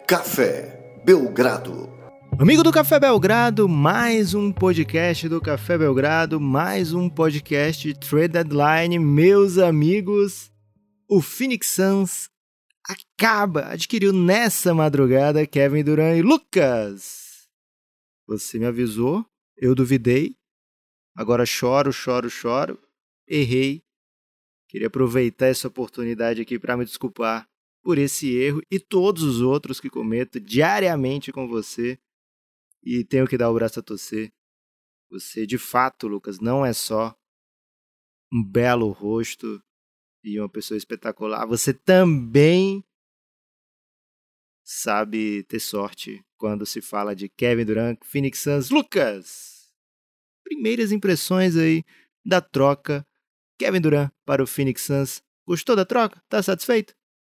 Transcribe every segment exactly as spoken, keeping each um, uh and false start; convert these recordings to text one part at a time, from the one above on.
Café Belgrado. Amigo do Café Belgrado, mais um podcast do Café Belgrado, mais um podcast Trade Deadline. Meus amigos, o Phoenix Suns acaba, adquiriu nessa madrugada Kevin Durant e Lucas. Você me avisou, eu duvidei, agora choro, choro, choro, errei. Queria aproveitar essa oportunidade aqui para me desculpar por esse erro e todos os outros que cometo diariamente com você. E tenho que dar o braço a torcer. Você, de fato, Lucas, não é só um belo rosto e uma pessoa espetacular. Você também sabe ter sorte quando se fala de Kevin Durant, Phoenix Suns. Lucas, primeiras impressões aí da troca Kevin Durant para o Phoenix Suns. Gostou da troca? Tá satisfeito?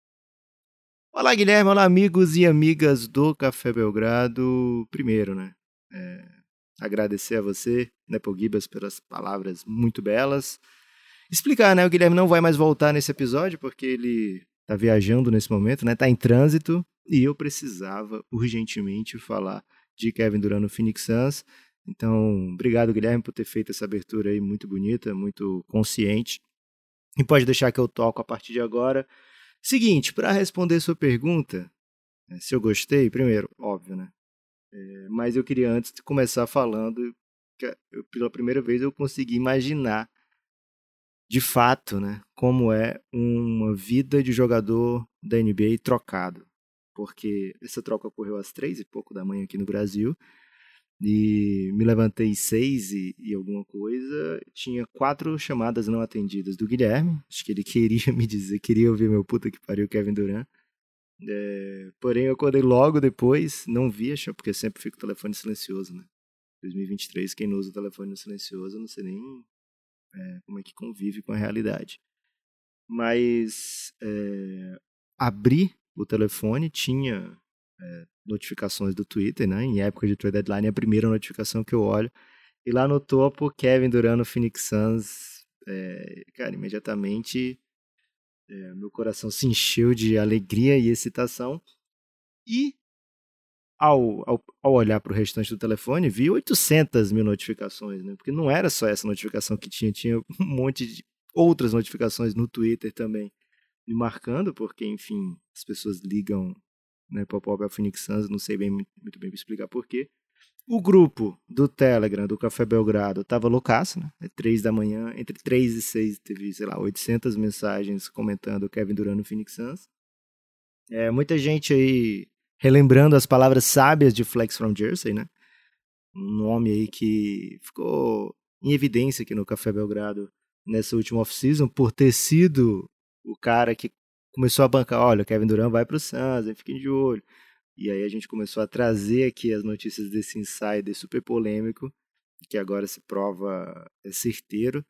Olá, Guilherme. Olá, amigos e amigas do Café Belgrado. Primeiro, né? É, agradecer a você, Nepo Gibas, pelas palavras muito belas. Explicar, né? O Guilherme não vai mais voltar nesse episódio porque ele tá viajando nesse momento, né? Tá em trânsito e eu precisava urgentemente falar de Kevin Durant no Phoenix Suns. Então, obrigado, Guilherme, por ter feito essa abertura aí muito bonita, muito consciente. E pode deixar que eu toco a partir de agora. Seguinte, para responder sua pergunta, se eu gostei, primeiro, óbvio, né? É, mas eu queria antes de começar falando que eu, pela primeira vez eu consegui imaginar de fato, né, como é uma vida de jogador da N B A trocado. Porque essa troca ocorreu às três e pouco da manhã aqui no Brasil. E me levantei seis e, e alguma coisa, tinha quatro chamadas não atendidas do Guilherme, acho que ele queria me dizer, queria ouvir meu puta que pariu Kevin Durant, é, porém eu acordei logo depois, não vi, acho, porque sempre fico com o telefone silencioso, né, dois mil e vinte e três, quem não usa o telefone no silencioso, eu não sei nem é, como é que convive com a realidade, mas é, abri o telefone, tinha... É, notificações do Twitter, né? Em época de trade deadline, é a primeira notificação que eu olho. E lá no topo, Kevin Durant no Phoenix Suns. É, cara, imediatamente é, meu coração se encheu de alegria e excitação. E ao, ao, ao olhar para o restante do telefone, vi oitocentas mil notificações, né? Porque não era só essa notificação que tinha, tinha um monte de outras notificações no Twitter também me marcando, porque, enfim, as pessoas ligam, né, pop-up ao Phoenix Suns, não sei bem, muito bem explicar porquê. O grupo do Telegram, do Café Belgrado, tava loucaço, né? É três da manhã, entre três e seis teve, sei lá, oitocentas mensagens comentando o Kevin Durant no Phoenix Suns. É, muita gente aí relembrando as palavras sábias de Flex from Jersey, né? Um nome aí que ficou em evidência aqui no Café Belgrado nessa última off-season por ter sido o cara que começou a bancar, olha, o Kevin Durant vai pro Suns, fiquem de olho. E aí a gente começou a trazer aqui as notícias desse insider super polêmico, que agora se prova certeiro.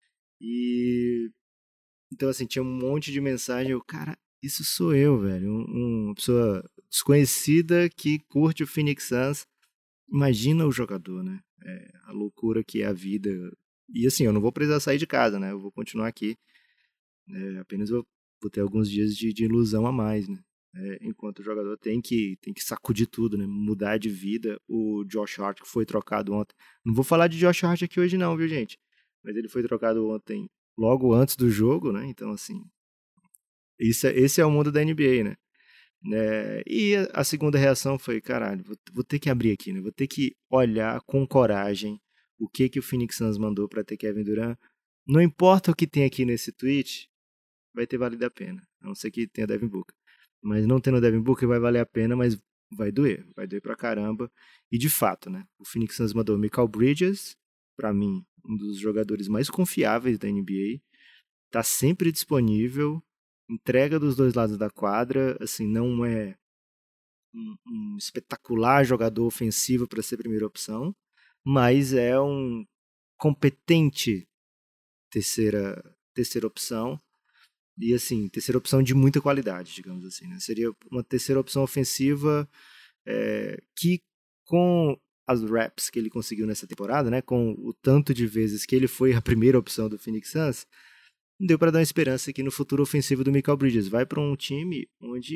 E então, assim, tinha um monte de mensagem, eu, cara, isso sou eu, velho. Um, uma pessoa desconhecida que curte o Phoenix Suns. Imagina o jogador, né? É, a loucura que é a vida. E assim, eu não vou precisar sair de casa, né? Eu vou continuar aqui. É, apenas eu vou ter alguns dias de, de ilusão a mais, né? É, enquanto o jogador tem que, tem que sacudir tudo, né? Mudar de vida. O Josh Hart, que foi trocado ontem. Não vou falar de Josh Hart aqui hoje não, viu, gente? Mas ele foi trocado ontem, logo antes do jogo, né? Então, assim... Isso é, esse é o mundo da N B A, né? É, e a, a segunda reação foi, caralho, vou, vou ter que abrir aqui, né? Vou ter que olhar com coragem o que, que o Phoenix Suns mandou para ter Kevin Durant. Não importa o que tem aqui nesse tweet, vai ter valido a pena. A não ser que tenha Devin Booker. Mas não tendo Devin Booker vai valer a pena, mas vai doer. Vai doer pra caramba. E de fato, né? O Phoenix Suns mandou Mikal Bridges, pra mim, um dos jogadores mais confiáveis da N B A. Tá sempre disponível. Entrega dos dois lados da quadra. Assim, não é um, um espetacular jogador ofensivo para ser primeira opção. Mas é um competente terceira, terceira opção. E assim, terceira opção de muita qualidade, digamos assim, né? Seria uma terceira opção ofensiva é, que com as reps que ele conseguiu nessa temporada, né? Com o tanto de vezes que ele foi a primeira opção do Phoenix Suns, deu para dar uma esperança aqui no futuro ofensivo do Mikal Bridges. Vai para um time onde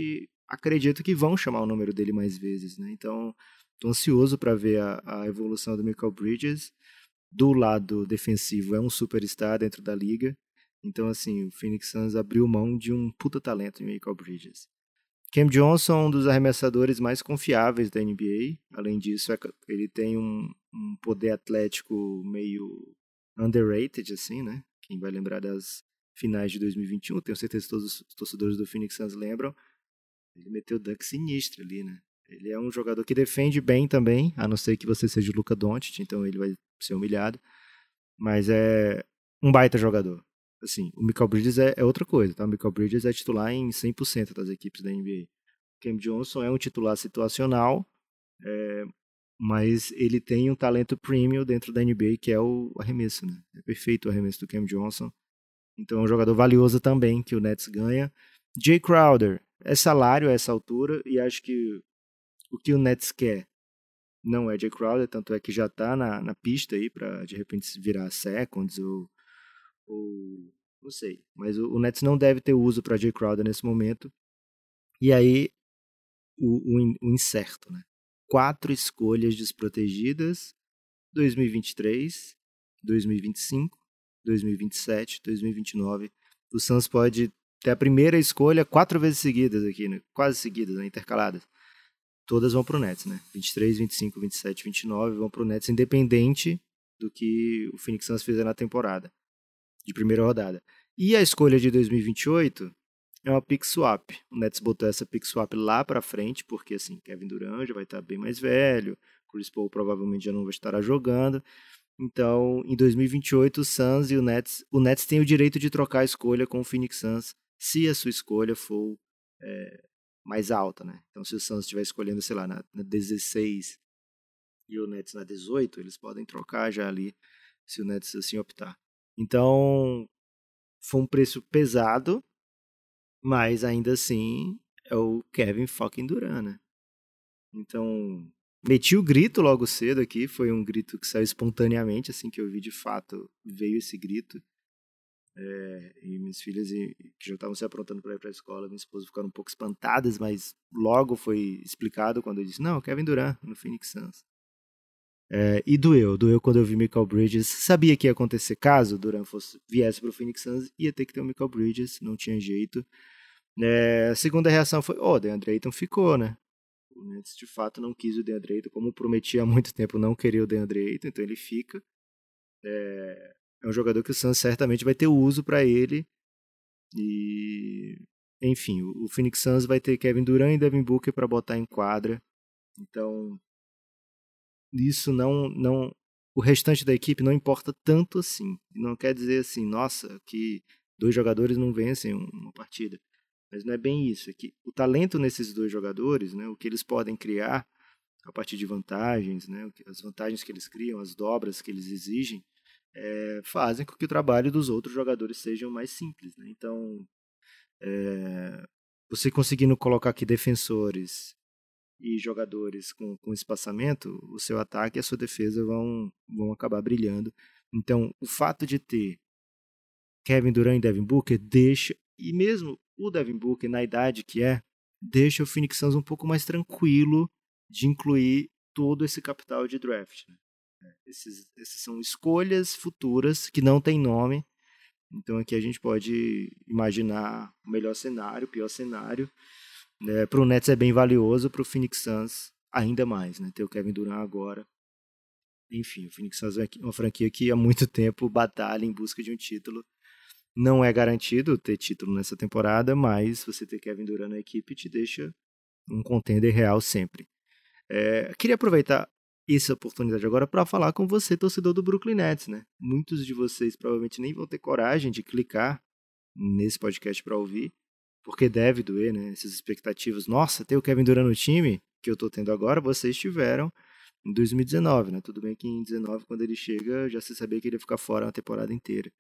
acredito que vão chamar o número dele mais vezes, né? Então, estou ansioso para ver a, a evolução do Mikal Bridges. Do lado defensivo, é um superstar dentro da liga. Então, assim, o Phoenix Suns abriu mão de um puta talento em Mikal Bridges. Cam Johnson é um dos arremessadores mais confiáveis da N B A. Além disso, ele tem um, um poder atlético meio underrated, assim, né? Quem vai lembrar das finais de dois mil e vinte e um, tenho certeza que todos os torcedores do Phoenix Suns lembram. Ele meteu dunk sinistro ali, né? Ele é um jogador que defende bem também, a não ser que você seja o Luka Doncic, então ele vai ser humilhado. Mas é um baita jogador. Assim, o Mikal Bridges é, é outra coisa, tá? O Mikal Bridges é titular em cem por cento das equipes da N B A. Cam Johnson é um titular situacional, é, mas ele tem um talento premium dentro da N B A, que é o arremesso, né? É perfeito o arremesso do Cam Johnson. Então é um jogador valioso também, que o Nets ganha. Jay Crowder é salário a essa altura, e acho que o que o Nets quer não é Jay Crowder, tanto é que já está na, na pista aí para de repente virar seconds ou, ou não sei. Mas o, o Nets não deve ter uso para Jay Crowder nesse momento. E aí o, o, o incerto, né? Quatro escolhas desprotegidas: dois mil e vinte e três, dois mil e vinte e cinco, dois mil e vinte e sete, dois mil e vinte e nove. O Suns pode ter a primeira escolha quatro vezes seguidas aqui, né? Quase seguidas, né? Intercaladas. Todas vão para o Nets, né? vinte e três, vinte e cinco, vinte e sete, vinte e nove vão para o Nets, independente do que o Phoenix Suns fizer na temporada, de primeira rodada. E a escolha de dois mil e vinte e oito é uma pick swap. O Nets botou essa pick swap lá para frente, porque assim, Kevin Durant já vai estar bem mais velho, Chris Paul provavelmente já não vai estar jogando. Então, em dois mil e vinte e oito, o Suns e o Nets, o Nets tem o direito de trocar a escolha com o Phoenix Suns, se a sua escolha for é, mais alta, né? Então, se o Suns estiver escolhendo, sei lá, na, na dezesseis e o Nets na dezoito, eles podem trocar já ali, se o Nets assim optar. Então, foi um preço pesado, mas ainda assim é o Kevin fucking Durant, né? Então, meti o grito logo cedo aqui, foi um grito que saiu espontaneamente, assim que eu vi de fato, veio esse grito. É, e minhas filhas, que já estavam se aprontando para ir para a escola, minha esposa ficaram um pouco espantadas, mas logo foi explicado quando eu disse, não, Kevin Durant, no Phoenix Suns. É, e doeu, doeu quando eu vi Mikal Bridges. Sabia que ia acontecer caso o Durant fosse, viesse para o Phoenix Suns, ia ter que ter o Mikal Bridges, não tinha jeito. É, a segunda reação foi, oh, o DeAndre Ayton ficou, né? O Nets de fato não quis o DeAndre Ayton, como prometia há muito tempo não queria o DeAndre Ayton, então ele fica. É, é um jogador que o Suns certamente vai ter uso para ele. E, enfim, o Phoenix Suns vai ter Kevin Durant e Devin Booker para botar em quadra. Então, isso não, não, o restante da equipe não importa tanto assim. Não quer dizer assim, nossa, que dois jogadores não vencem uma partida. Mas não é bem isso. É que o talento nesses dois jogadores, né, o que eles podem criar a partir de vantagens, né, as vantagens que eles criam, as dobras que eles exigem, é, fazem com que o trabalho dos outros jogadores sejam mais simples. Né? Então, é, você conseguindo colocar aqui defensores e jogadores com, com espaçamento, o seu ataque e a sua defesa vão, vão acabar brilhando. Então, o fato de ter Kevin Durant e Devin Booker deixa, e mesmo o Devin Booker, na idade que é, deixa o Phoenix Suns um pouco mais tranquilo de incluir todo esse capital de draft. Né? Esses, esses são escolhas futuras que não têm nome. Então aqui a gente pode imaginar o melhor cenário, o pior cenário. É, para o Nets é bem valioso, para o Phoenix Suns ainda mais, né? Ter o Kevin Durant agora. Enfim, o Phoenix Suns é uma franquia que há muito tempo batalha em busca de um título. Não é garantido ter título nessa temporada, mas você ter Kevin Durant na equipe te deixa um contender real sempre. É, queria aproveitar essa oportunidade agora para falar com você, torcedor do Brooklyn Nets, né? Muitos de vocês provavelmente nem vão ter coragem de clicar nesse podcast para ouvir, porque deve doer, né? Essas expectativas. Nossa, ter o Kevin Durant no time que eu tô tendo agora, vocês tiveram em dois mil e dezenove, né? Tudo bem que em dezenove, quando ele chega, já se sabia que ele ia ficar fora uma temporada inteira.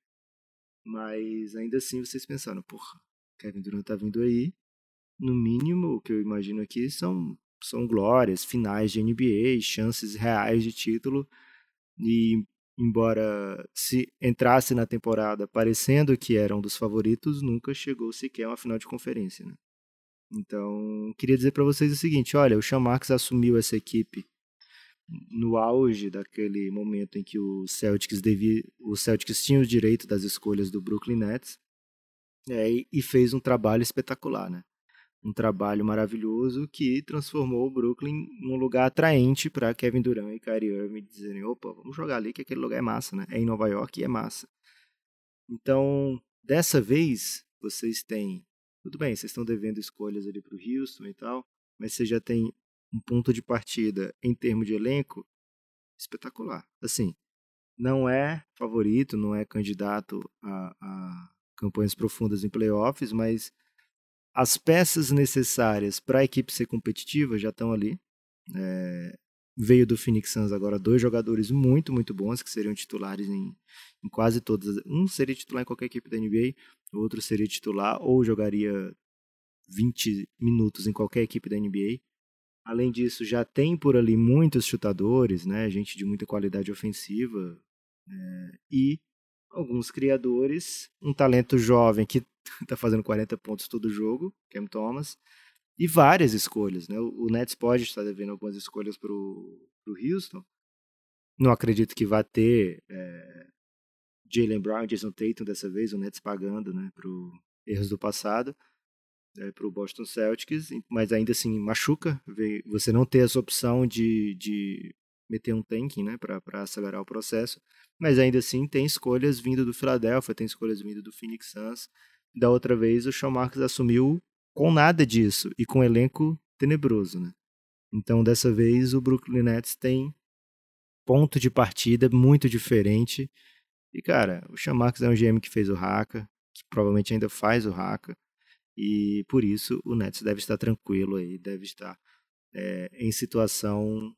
Mas ainda assim vocês pensaram, porra, Kevin Durant tá vindo aí. No mínimo, o que eu imagino aqui são, são glórias, finais de N B A, chances reais de título. E embora se entrasse na temporada parecendo que era um dos favoritos, nunca chegou sequer a uma final de conferência. Né? Então, queria dizer para vocês o seguinte, olha, o Sean Marks assumiu essa equipe no auge daquele momento em que o Celtics, devia, o Celtics tinha o direito das escolhas do Brooklyn Nets, é, e, e fez um trabalho espetacular, né? Um trabalho maravilhoso que transformou o Brooklyn num lugar atraente para Kevin Durant e Kyrie Irving dizerem, opa, vamos jogar ali que aquele lugar é massa, né? É em Nova York e é massa. Então, dessa vez, vocês têm... Tudo bem, vocês estão devendo escolhas ali para o Houston e tal, mas você já tem um ponto de partida em termos de elenco espetacular. Assim, não é favorito, não é candidato a, a campanhas profundas em playoffs, mas as peças necessárias para a equipe ser competitiva já estão ali. É, veio do Phoenix Suns agora dois jogadores muito, muito bons, que seriam titulares em, em quase todas. Um seria titular em qualquer equipe da N B A, o outro seria titular ou jogaria vinte minutos em qualquer equipe da N B A. Além disso, já tem por ali muitos chutadores, né? Gente de muita qualidade ofensiva, é, e alguns criadores, um talento jovem que está fazendo quarenta pontos todo jogo, Cam Thomas, e várias escolhas, né? O, o Nets pode estar devendo algumas escolhas para o Houston. Não acredito que vá ter é, Jaylen Brown e Jason Tatum dessa vez, o Nets pagando, né, para erros do passado, é, para o Boston Celtics, mas ainda assim machuca você não ter essa opção de, de meter um tanking, né, para acelerar o processo, mas ainda assim tem escolhas vindo do Philadelphia, tem escolhas vindo do Phoenix Suns. Da outra vez o Sean Marks assumiu com nada disso e com um elenco tenebroso, né? Então dessa vez o Brooklyn Nets tem ponto de partida muito diferente. E cara, o Sean Marks é um G M que fez o Haka, que provavelmente ainda faz o Haka, e por isso o Nets deve estar tranquilo aí, deve estar é, em situação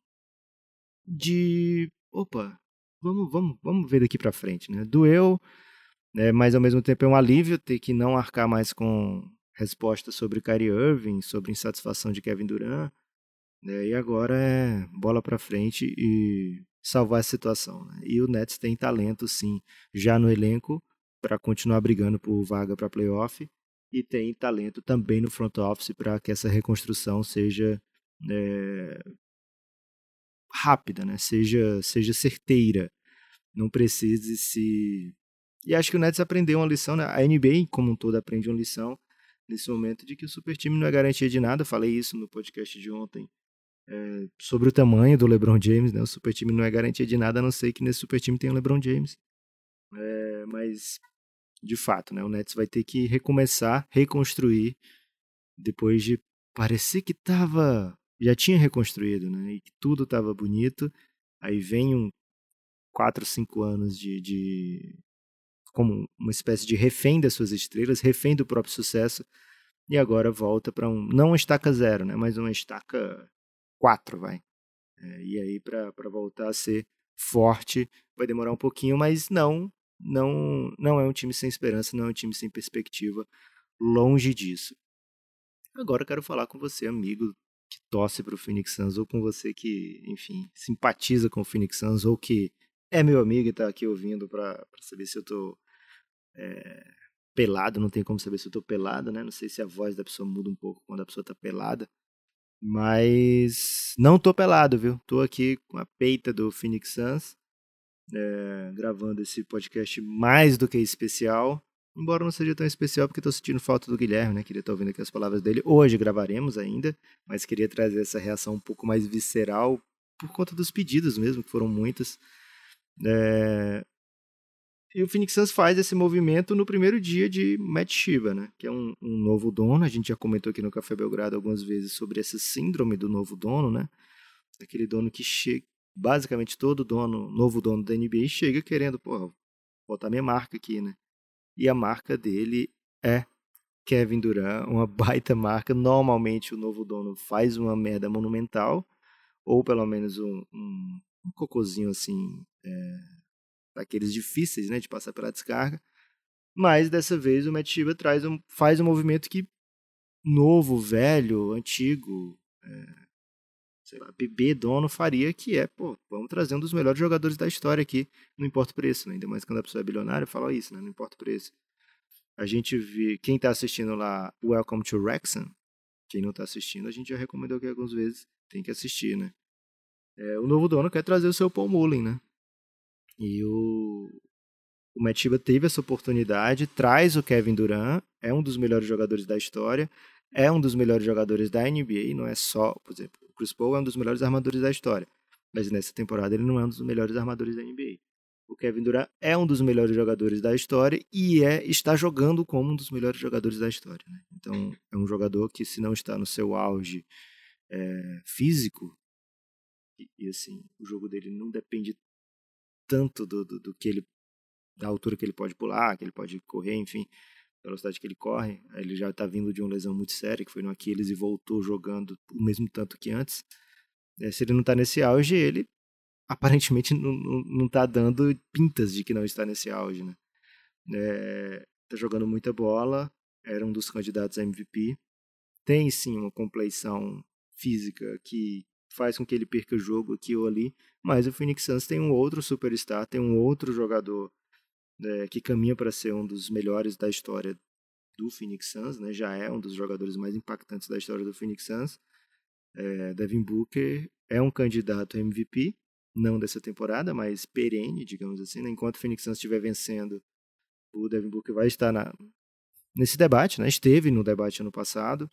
de, opa, vamos, vamos, vamos ver daqui para frente, né? Doeu, né, mas ao mesmo tempo é um alívio ter que não arcar mais com respostas sobre Kyrie Irving, sobre insatisfação de Kevin Durant, né, e agora é bola para frente e salvar a situação, né? E o Nets tem talento, sim, já no elenco para continuar brigando por vaga para playoff, e tem talento também no front office para que essa reconstrução seja é, rápida, né? Seja, seja certeira, não precise se... E acho que o Nets aprendeu uma lição, né? A N B A como um todo aprende uma lição nesse momento de que o super time não é garantia de nada. Eu falei isso no podcast de ontem, é, sobre o tamanho do LeBron James, né? O super time não é garantia de nada, a não ser que nesse super time tenha o LeBron James. É, mas, de fato, né? O Nets vai ter que recomeçar, reconstruir, depois de parecer que tava... já tinha reconstruído, né? E que tudo estava bonito. Aí vem um quatro, cinco anos de, de... como uma espécie de refém das suas estrelas, refém do próprio sucesso, e agora volta para um... não uma estaca zero, né? Mas uma estaca quatro, vai. É, e aí, para voltar a ser forte, vai demorar um pouquinho, mas não, não, não é um time sem esperança, não é um time sem perspectiva, longe disso. Agora eu quero falar com você, amigo que torce para o Phoenix Suns, ou com você que, enfim, simpatiza com o Phoenix Suns, ou que é meu amigo e está aqui ouvindo para saber se eu tô é, pelado, não tem como saber se eu tô pelado, né? Não sei se a voz da pessoa muda um pouco quando a pessoa tá pelada. Mas não tô pelado, viu? Tô aqui com a peita do Phoenix Suns, é, gravando esse podcast mais do que especial. Embora não seja tão especial, porque tô sentindo falta do Guilherme, né? Queria estar ouvindo aqui as palavras dele. Hoje gravaremos ainda, mas queria trazer essa reação um pouco mais visceral, por conta dos pedidos mesmo, que foram muitos. É... E o Phoenix Suns faz esse movimento no primeiro dia de Matt Shiba, né? Que é um, um novo dono. A gente já comentou aqui no Café Belgrado algumas vezes sobre essa síndrome do novo dono, né? Aquele dono que chega, basicamente todo dono, novo dono da N B A chega querendo, pô, botar minha marca aqui, né? E a marca dele é Kevin Durant, uma baita marca. Normalmente o novo dono faz uma merda monumental, ou pelo menos um, um, um cocôzinho assim... É... daqueles difíceis, né, de passar pela descarga, mas dessa vez o Matt Shiba traz um, faz um movimento que novo, velho, antigo, é, sei lá, bebê dono faria, que é, pô, vamos trazer um dos melhores jogadores da história aqui, não importa o preço, né? Ainda mais quando a pessoa é bilionária, fala isso, né? Não importa o preço. A gente vê, quem tá assistindo lá Welcome to Wrexham, quem não está assistindo, a gente já recomendou aqui algumas vezes, tem que assistir, né? É, o novo dono quer trazer o seu Paul Mullen, né? E o, o Matiba teve essa oportunidade, traz o Kevin Durant, é um dos melhores jogadores da história, é um dos melhores jogadores da N B A, não é só, por exemplo, o Chris Paul é um dos melhores armadores da história, mas nessa temporada ele não é um dos melhores armadores da N B A. O Kevin Durant é um dos melhores jogadores da história e é, está jogando como um dos melhores jogadores da história, né? Então, é um jogador que, se não está no seu auge é, físico, e, e assim, o jogo dele não depende tanto do, do, do que ele, da altura que ele pode pular, que ele pode correr, enfim, da velocidade que ele corre. Ele já está vindo de uma lesão muito séria, que foi no Aquiles, e voltou jogando o mesmo tanto que antes. É, se ele não está nesse auge, ele aparentemente não está dando pintas de que não está nesse auge, né? É, tá jogando muita bola, era um dos candidatos a M V P. Tem sim uma compleição física que faz com que ele perca o jogo aqui ou ali, mas o Phoenix Suns tem um outro superstar, tem um outro jogador é, que caminha para ser um dos melhores da história do Phoenix Suns, né? Já é um dos jogadores mais impactantes da história do Phoenix Suns. É, Devin Booker é um candidato a M V P, não dessa temporada, mas perene, digamos assim, né? Enquanto o Phoenix Suns estiver vencendo, o Devin Booker vai estar na, nesse debate, né? Esteve no debate ano passado,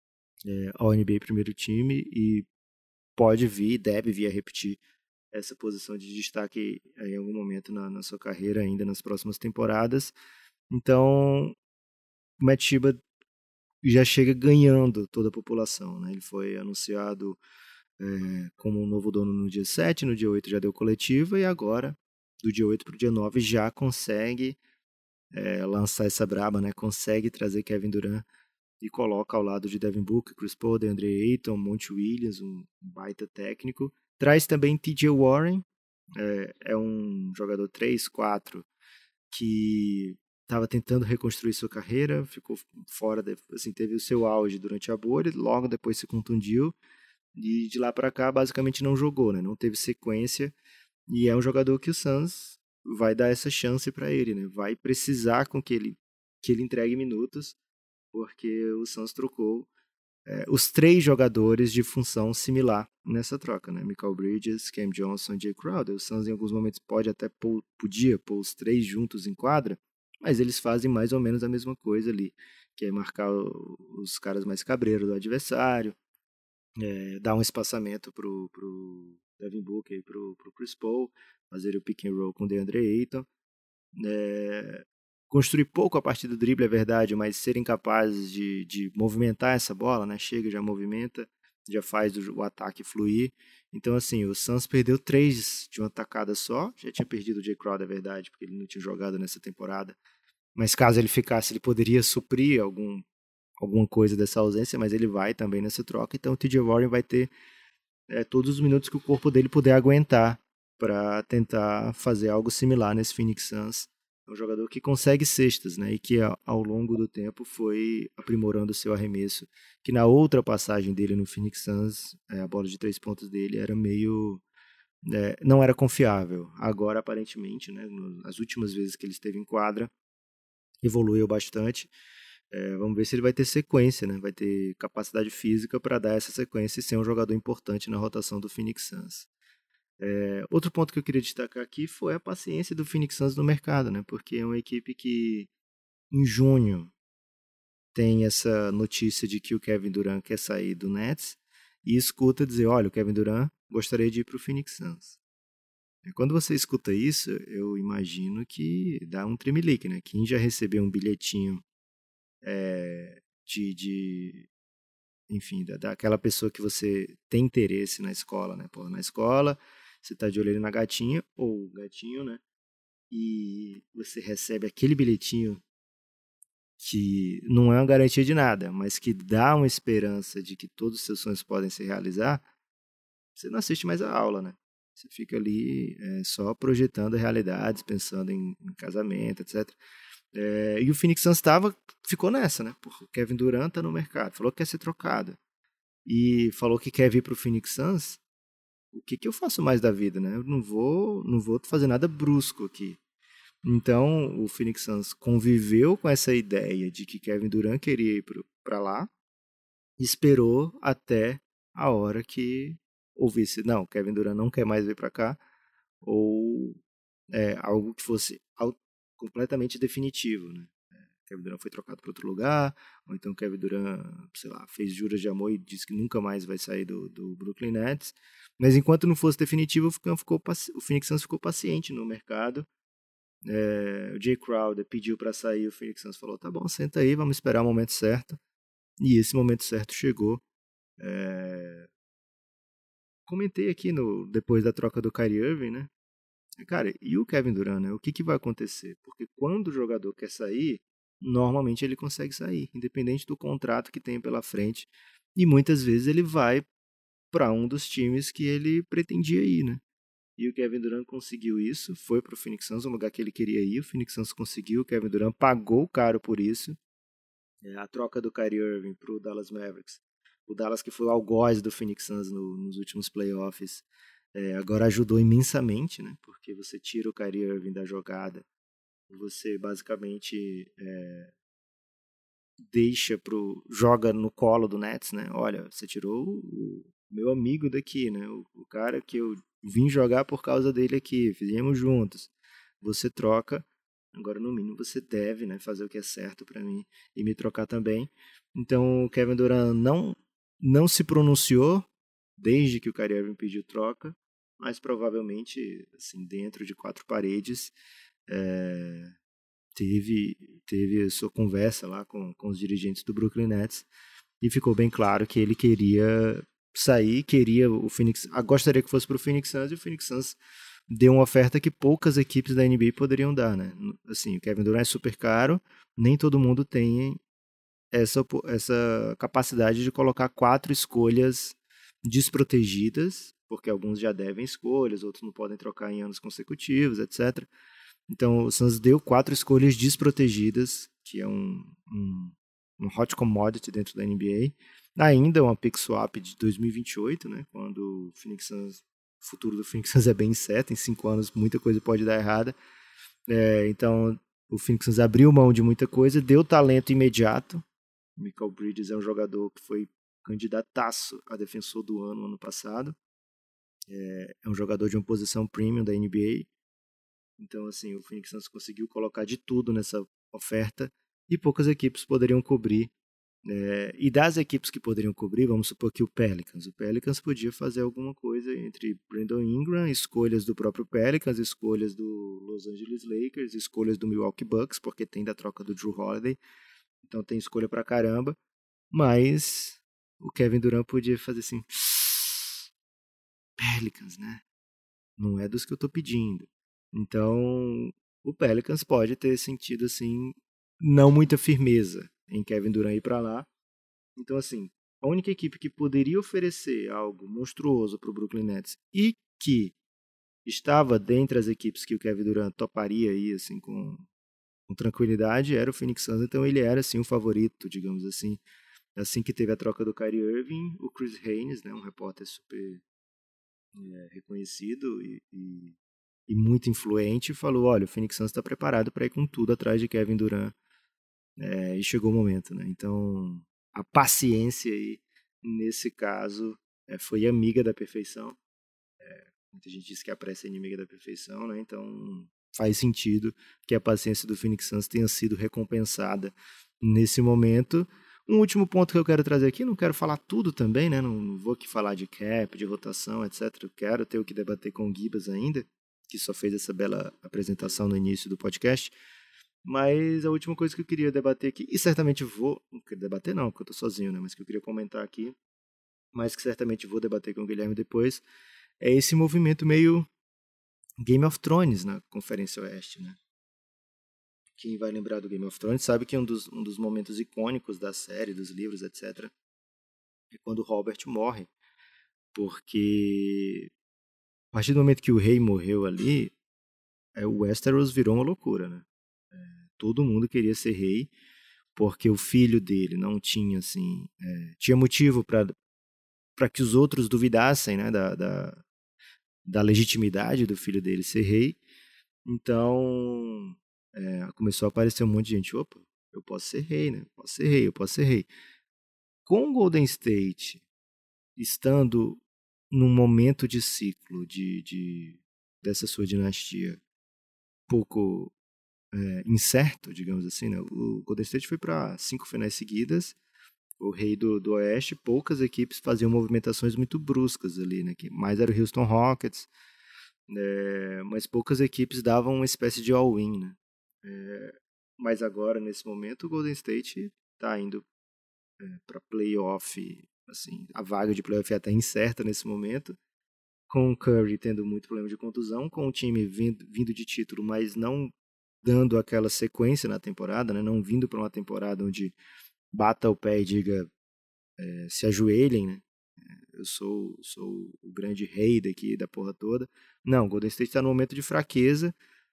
é, ao N B A primeiro time, e pode vir, deve vir a repetir essa posição de destaque em algum momento na, na sua carreira, ainda nas próximas temporadas. Então, o Matiba já chega ganhando toda a população, né? Ele foi anunciado é, como um novo dono no dia sete, no dia oito já deu coletiva, e agora, do dia oito para o dia nove, já consegue é, lançar essa braba, né? Consegue trazer Kevin Durant e coloca ao lado de Devin Booker, Chris Paul, DeAndre Ayton, Monte Williams, um baita técnico. Traz também T J Warren, é, é um jogador três quatro que estava tentando reconstruir sua carreira, ficou fora, de, assim, teve o seu auge durante a bolha, logo depois se contundiu, e de lá para cá basicamente não jogou, né? Não teve sequência, e é um jogador que o Suns vai dar essa chance para ele, né? Vai precisar com que ele, que ele entregue minutos, porque o Suns trocou é, os três jogadores de função similar nessa troca, né? Mikal Bridges, Cam Johnson e Jay Crowder. O Suns em alguns momentos pode até pôr, podia pôr os três juntos em quadra, mas eles fazem mais ou menos a mesma coisa ali, que é marcar os caras mais cabreiros do adversário, é, dar um espaçamento pro, pro Devin Booker e pro, pro Chris Paul, fazer o pick and roll com o DeAndre Ayton. É, construir pouco a partir do drible, é verdade, mas serem capazes de, de movimentar essa bola, né? Chega, já movimenta, já faz o, o ataque fluir. Então, assim, o Suns perdeu três de uma tacada só. Já tinha perdido o Jay Crowder, é verdade, porque ele não tinha jogado nessa temporada. Mas caso ele ficasse, ele poderia suprir algum, alguma coisa dessa ausência, mas ele vai também nessa troca. Então, o T J Warren vai ter é, todos os minutos que o corpo dele puder aguentar para tentar fazer algo similar nesse Phoenix Suns. É um jogador que consegue cestas, né? E que ao longo do tempo foi aprimorando o seu arremesso. Que na outra passagem dele no Phoenix Suns, é, a bola de três pontos dele era meio... É, não era confiável. Agora, aparentemente, né, nas últimas vezes que ele esteve em quadra, evoluiu bastante. É, vamos ver se ele vai ter sequência, né? Vai ter capacidade física para dar essa sequência e ser um jogador importante na rotação do Phoenix Suns. É, outro ponto que eu queria destacar aqui foi a paciência do Phoenix Suns no mercado, né? Porque é uma equipe que em junho tem essa notícia de que o Kevin Durant quer sair do Nets e escuta dizer, olha, o Kevin Durant gostaria de ir para o Phoenix Suns. E quando você escuta isso, eu imagino que dá um tremelique, né? Quem já recebeu um bilhetinho é, de, de enfim, da, daquela pessoa que você tem interesse na escola, né? Pô, na escola, você tá de olho na gatinha, ou gatinho, né? E você recebe aquele bilhetinho que não é uma garantia de nada, mas que dá uma esperança de que todos os seus sonhos podem se realizar, você não assiste mais a aula, né? Você fica ali é, só projetando realidades, pensando em, em casamento, etcétera. É, e o Phoenix Suns tava, ficou nessa, né? Porque o Kevin Durant tá no mercado, falou que quer ser trocado. E falou que quer vir pro Phoenix Suns. O que, que eu faço mais da vida, né? Eu não vou, não vou fazer nada brusco aqui. Então, o Phoenix Suns conviveu com essa ideia de que Kevin Durant queria ir para lá, esperou até a hora que ouvisse, não, Kevin Durant não quer mais vir para cá, ou é, algo que fosse completamente definitivo, né? Kevin Durant foi trocado para outro lugar, ou então Kevin Durant, sei lá, fez juras de amor e disse que nunca mais vai sair do, do Brooklyn Nets. Mas enquanto não fosse definitivo, o, ficou, o Phoenix Suns ficou paciente no mercado. É, o Jay Crowder pediu para sair, o Phoenix Suns falou, tá bom, senta aí, vamos esperar o momento certo. E esse momento certo chegou. É... Comentei aqui no, depois da troca do Kyrie Irving, né? Cara, e o Kevin Durant, né? O que, que vai acontecer? Porque quando o jogador quer sair, normalmente ele consegue sair, independente do contrato que tem pela frente. E muitas vezes ele vai para um dos times que ele pretendia ir, né? E o Kevin Durant conseguiu isso, foi para o Phoenix Suns, um lugar que ele queria ir. O Phoenix Suns conseguiu, o Kevin Durant pagou caro por isso. É, a troca do Kyrie Irving para o Dallas Mavericks. O Dallas que foi o algoz do Phoenix Suns no, nos últimos playoffs. É, agora ajudou imensamente, né? Porque você tira o Kyrie Irving da jogada, você basicamente é, deixa pro joga no colo do Nets, né? Olha, você tirou o meu amigo daqui, né? O, o cara que eu vim jogar por causa dele aqui, fizemos juntos. Você troca, agora no mínimo você deve, né? Fazer o que é certo para mim e me trocar também. Então o Kevin Durant não não se pronunciou desde que o Kyrie Irving pediu troca, mas provavelmente, assim, dentro de quatro paredes, é, teve, teve a sua conversa lá com, com os dirigentes do Brooklyn Nets e ficou bem claro que ele queria sair, queria o Phoenix, gostaria que fosse para o Phoenix Suns, e o Phoenix Suns deu uma oferta que poucas equipes da N B A poderiam dar, né? Assim, o Kevin Durant é super caro, nem todo mundo tem essa, essa capacidade de colocar quatro escolhas desprotegidas, porque alguns já devem escolhas, outros não podem trocar em anos consecutivos, etcétera. Então o Suns deu quatro escolhas desprotegidas, que é um, um, um hot commodity dentro da N B A. Ainda uma pick swap de dois mil e vinte e oito, né, quando o Phoenix Suns, o futuro do Phoenix Suns é bem incerto, em cinco anos muita coisa pode dar errada. É, então o Phoenix Suns abriu mão de muita coisa, deu talento imediato. O Michael Bridges é um jogador que foi candidataço a defensor do ano ano passado. É, é um jogador de uma posição premium da N B A. Então, assim, o Phoenix Suns conseguiu colocar de tudo nessa oferta e poucas equipes poderiam cobrir. É, e das equipes que poderiam cobrir, vamos supor que o Pelicans. O Pelicans podia fazer alguma coisa entre Brandon Ingram, escolhas do próprio Pelicans, escolhas do Los Angeles Lakers, escolhas do Milwaukee Bucks, porque tem da troca do Drew Holiday. Então tem escolha pra caramba. Mas o Kevin Durant podia fazer assim... Pelicans, né? Não é dos que eu tô pedindo. Então, o Pelicans pode ter sentido, assim, não muita firmeza em Kevin Durant ir para lá. Então, assim, a única equipe que poderia oferecer algo monstruoso para o Brooklyn Nets e que estava dentre as equipes que o Kevin Durant toparia aí, assim, com, com tranquilidade, era o Phoenix Suns. Então, ele era, assim, o favorito, digamos assim. Assim que teve a troca do Kyrie Irving, o Chris Haynes, né, um repórter super é, reconhecido e, e e muito influente, falou, olha, o Phoenix Suns está preparado para ir com tudo atrás de Kevin Durant. É, e chegou o momento, né? Então, a paciência aí, nesse caso, é, foi amiga da perfeição. É, muita gente diz que a pressa é inimiga da perfeição, né? Então, faz sentido que a paciência do Phoenix Suns tenha sido recompensada nesse momento. Um último ponto que eu quero trazer aqui, não quero falar tudo também, né? Não, não vou aqui falar de cap, de rotação, etcétera. Eu quero ter o que debater com o Gibas ainda, que só fez essa bela apresentação no início do podcast. Mas a última coisa que eu queria debater aqui, e certamente vou, não quero debater não, porque eu tô sozinho, né? Mas que eu queria comentar aqui, mas que certamente vou debater com o Guilherme depois, é esse movimento meio Game of Thrones na Conferência Oeste, né? Quem vai lembrar do Game of Thrones sabe que um dos, um dos momentos icônicos da série, dos livros, etcétera, é quando Robert morre, porque a partir do momento que o rei morreu ali, é, o Westeros virou uma loucura, né? É, todo mundo queria ser rei, porque o filho dele não tinha, assim, é, tinha motivo para para que os outros duvidassem, né, da, da, da legitimidade do filho dele ser rei. Então, é, começou a aparecer um monte de gente, opa, eu posso ser rei, né? Posso ser rei, eu posso ser rei. com o Golden State estando num momento de ciclo de, de, dessa sua dinastia pouco é, incerto, digamos assim, né? O Golden State foi para cinco finais seguidas, o rei do, do Oeste, poucas equipes faziam movimentações muito bruscas ali, né? Que mais era o Houston Rockets, é, mas poucas equipes davam uma espécie de all-in, né? É, mas agora, nesse momento, o Golden State está indo é, para playoff, assim, a vaga de playoff é até incerta nesse momento, com o Curry tendo muito problema de contusão, com o time vindo, vindo de título, mas não dando aquela sequência na temporada, né? Não vindo para uma temporada onde bata o pé e diga, é, se ajoelhem, né? Eu sou, sou o grande rei daqui da porra toda. Não, o Golden State está num momento de fraqueza.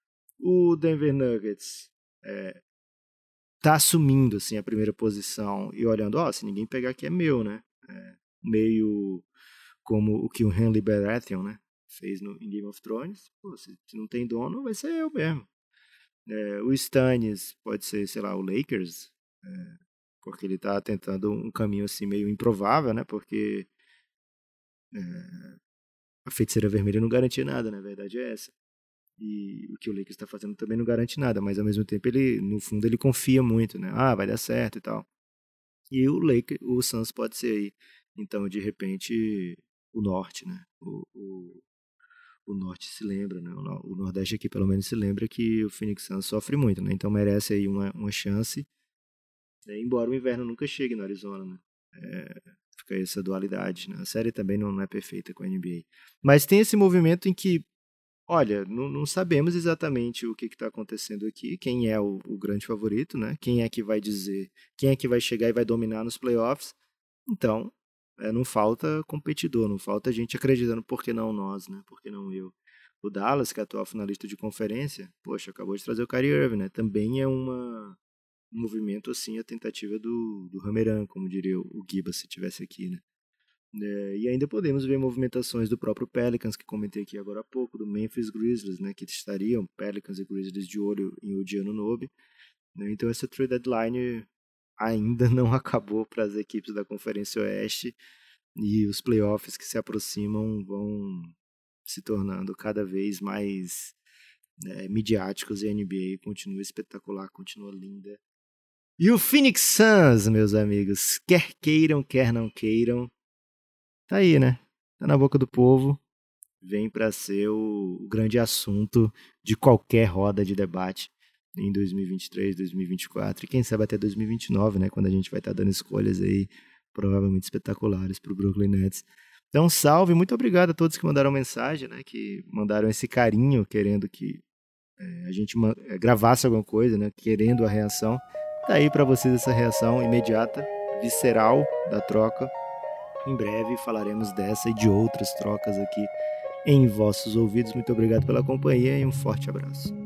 O Denver Nuggets é, tá assumindo assim, a primeira posição e olhando, ó, oh, se ninguém pegar aqui é meu, né? É, meio como o que o Henry Baratheon, né, fez no, em Game of Thrones. Pô, se, se não tem dono, vai ser eu mesmo. É, o Stannis pode ser, sei lá, o Lakers, é, porque ele tá tentando um caminho assim meio improvável, né? Porque é, a feiticeira vermelha não garantia nada, né? A verdade é essa. E o que o Lakers está fazendo também não garante nada, mas ao mesmo tempo ele, no fundo, ele confia muito, né? Ah, vai dar certo e tal. E o Lakers, o Suns pode ser aí, então, de repente, o norte, né? O, o, o norte se lembra, né? O, o nordeste aqui pelo menos se lembra que o Phoenix Suns sofre muito, né? Então merece aí uma, uma chance, né? Embora o inverno nunca chegue no Arizona, né? É, fica essa dualidade, né? A série também não, não é perfeita com a N B A. Mas tem esse movimento em que, olha, não, não sabemos exatamente o que está acontecendo aqui, quem é o, o grande favorito, né? Quem é que vai dizer, quem é que vai chegar e vai dominar nos playoffs. Então, é, não falta competidor, não falta gente acreditando, por que não nós, né? Por que não eu? O Dallas, que é atual finalista de conferência, poxa, acabou de trazer o Kyrie Irving, né? Também é uma, um movimento, assim, a tentativa do, do Rameran, como diria o Giba se estivesse aqui, né? É, e ainda podemos ver movimentações do próprio Pelicans, que comentei aqui agora há pouco, do Memphis Grizzlies, né, que estariam Pelicans e Grizzlies de olho em Odi Anunoby, né? Então essa trade deadline ainda não acabou para as equipes da Conferência Oeste, e os playoffs que se aproximam vão se tornando cada vez mais, né, midiáticos, e a N B A continua espetacular, continua linda. E o Phoenix Suns, meus amigos, quer queiram, quer não queiram, tá aí, né? Tá na boca do povo. Vem para ser o, o grande assunto de qualquer roda de debate em dois mil e vinte e três, dois mil e vinte e quatro e quem sabe até dois mil e vinte e nove, né? Quando a gente vai estar tá dando escolhas aí provavelmente espetaculares para o Brooklyn Nets. Então, salve, muito obrigado a todos que mandaram mensagem, né? Que mandaram esse carinho, querendo que é, a gente gravasse alguma coisa, né? Querendo a reação. Tá aí para vocês essa reação imediata, visceral da troca. Em breve falaremos dessa e de outras trocas aqui em vossos ouvidos. Muito obrigado pela companhia e um forte abraço.